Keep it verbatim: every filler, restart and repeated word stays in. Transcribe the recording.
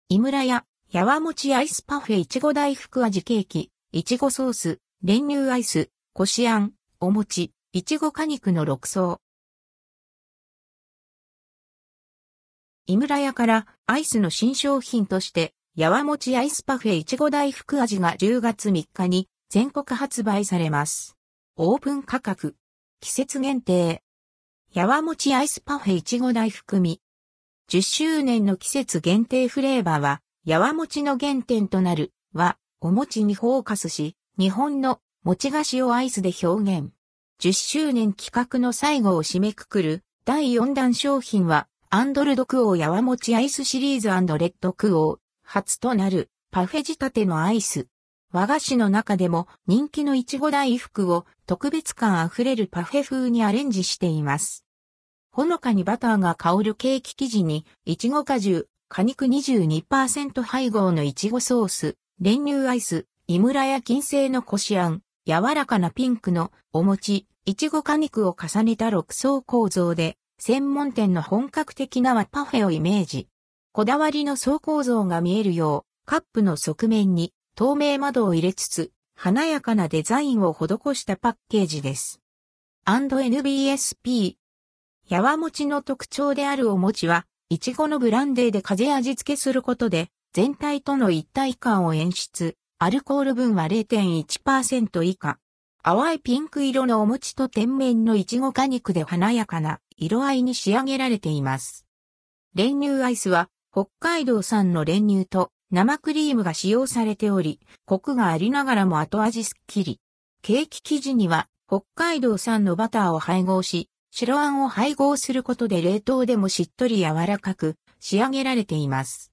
井村屋、やわもちアイスパフェいちご大福味ケーキ、いちごソース、練乳アイス、こしあん、お餅、いちご果肉のろく層。井村屋からアイスの新商品として、やわもちアイスパフェいちご大福味がじゅうがつみっかに全国発売されます。オープン価格。季節限定。やわもちアイスパフェいちご大福味。じゅっしゅうねんの季節限定フレーバーは、やわもちの原点となる、は、お餅にフォーカスし、日本の餅菓子をアイスで表現。じゅっしゅうねん企画の最後を締めくくる、だいよんだん商品は、アンドルドクオーやわもちアイスシリーズ&レッドクオー、初となる、パフェ仕立てのアイス。和菓子の中でも人気のいちご大福を特別感あふれるパフェ風にアレンジしています。ほのかにバターが香るケーキ生地に、いちご果汁、果肉 にじゅうにパーセント 配合のいちごソース、練乳アイス、井村屋金製のこしあん、柔らかなピンクのお餅、いちご果肉を重ねたろく層構造で、専門店の本格的な和パフェをイメージ。こだわりの層構造が見えるよう、カップの側面に透明窓を入れつつ、華やかなデザインを施したパッケージです。アンドエヌビーエスピー。やわもちの特徴であるお餅は、いちごのブランデーで風味付けすることで、全体との一体感を演出。アルコール分は れいてんいちパーセント 以下。淡いピンク色のお餅と天面のいちご果肉で華やかな色合いに仕上げられています。練乳アイスは、北海道産の練乳と生クリームが使用されており、コクがありながらも後味すっきり。ケーキ生地には、北海道産のバターを配合し、白あんを配合することで冷凍でもしっとり柔らかく仕上げられています。